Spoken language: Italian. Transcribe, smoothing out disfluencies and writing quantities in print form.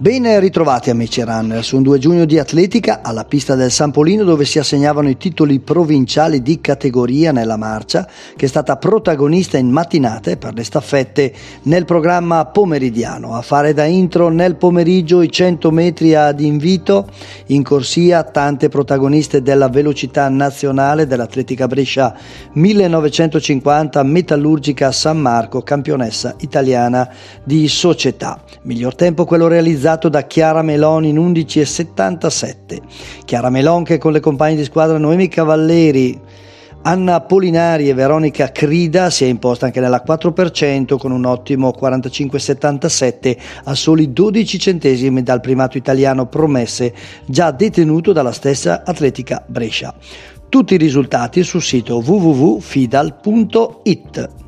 Ben ritrovati amici runner su un 2 giugno di atletica alla pista del Sampolino, dove si assegnavano i titoli provinciali di categoria nella marcia, che è stata protagonista in mattinate per le staffette nel programma pomeridiano. A fare da intro nel pomeriggio i 100 metri ad invito, in corsia tante protagoniste della velocità nazionale dell'Atletica Brescia 1950, metallurgica San Marco, campionessa italiana di società. Miglior tempo quello realizzato da Chiara Melon in 11,77. Chiara Melon, che con le compagne di squadra Noemi Cavalleri, Anna Polinari e Veronica Crida si è imposta anche nella 4% con un ottimo 45,77 a soli 12 centesimi dal primato italiano Promesse, già detenuto dalla stessa Atletica Brescia. Tutti i risultati sul sito www.fidal.it.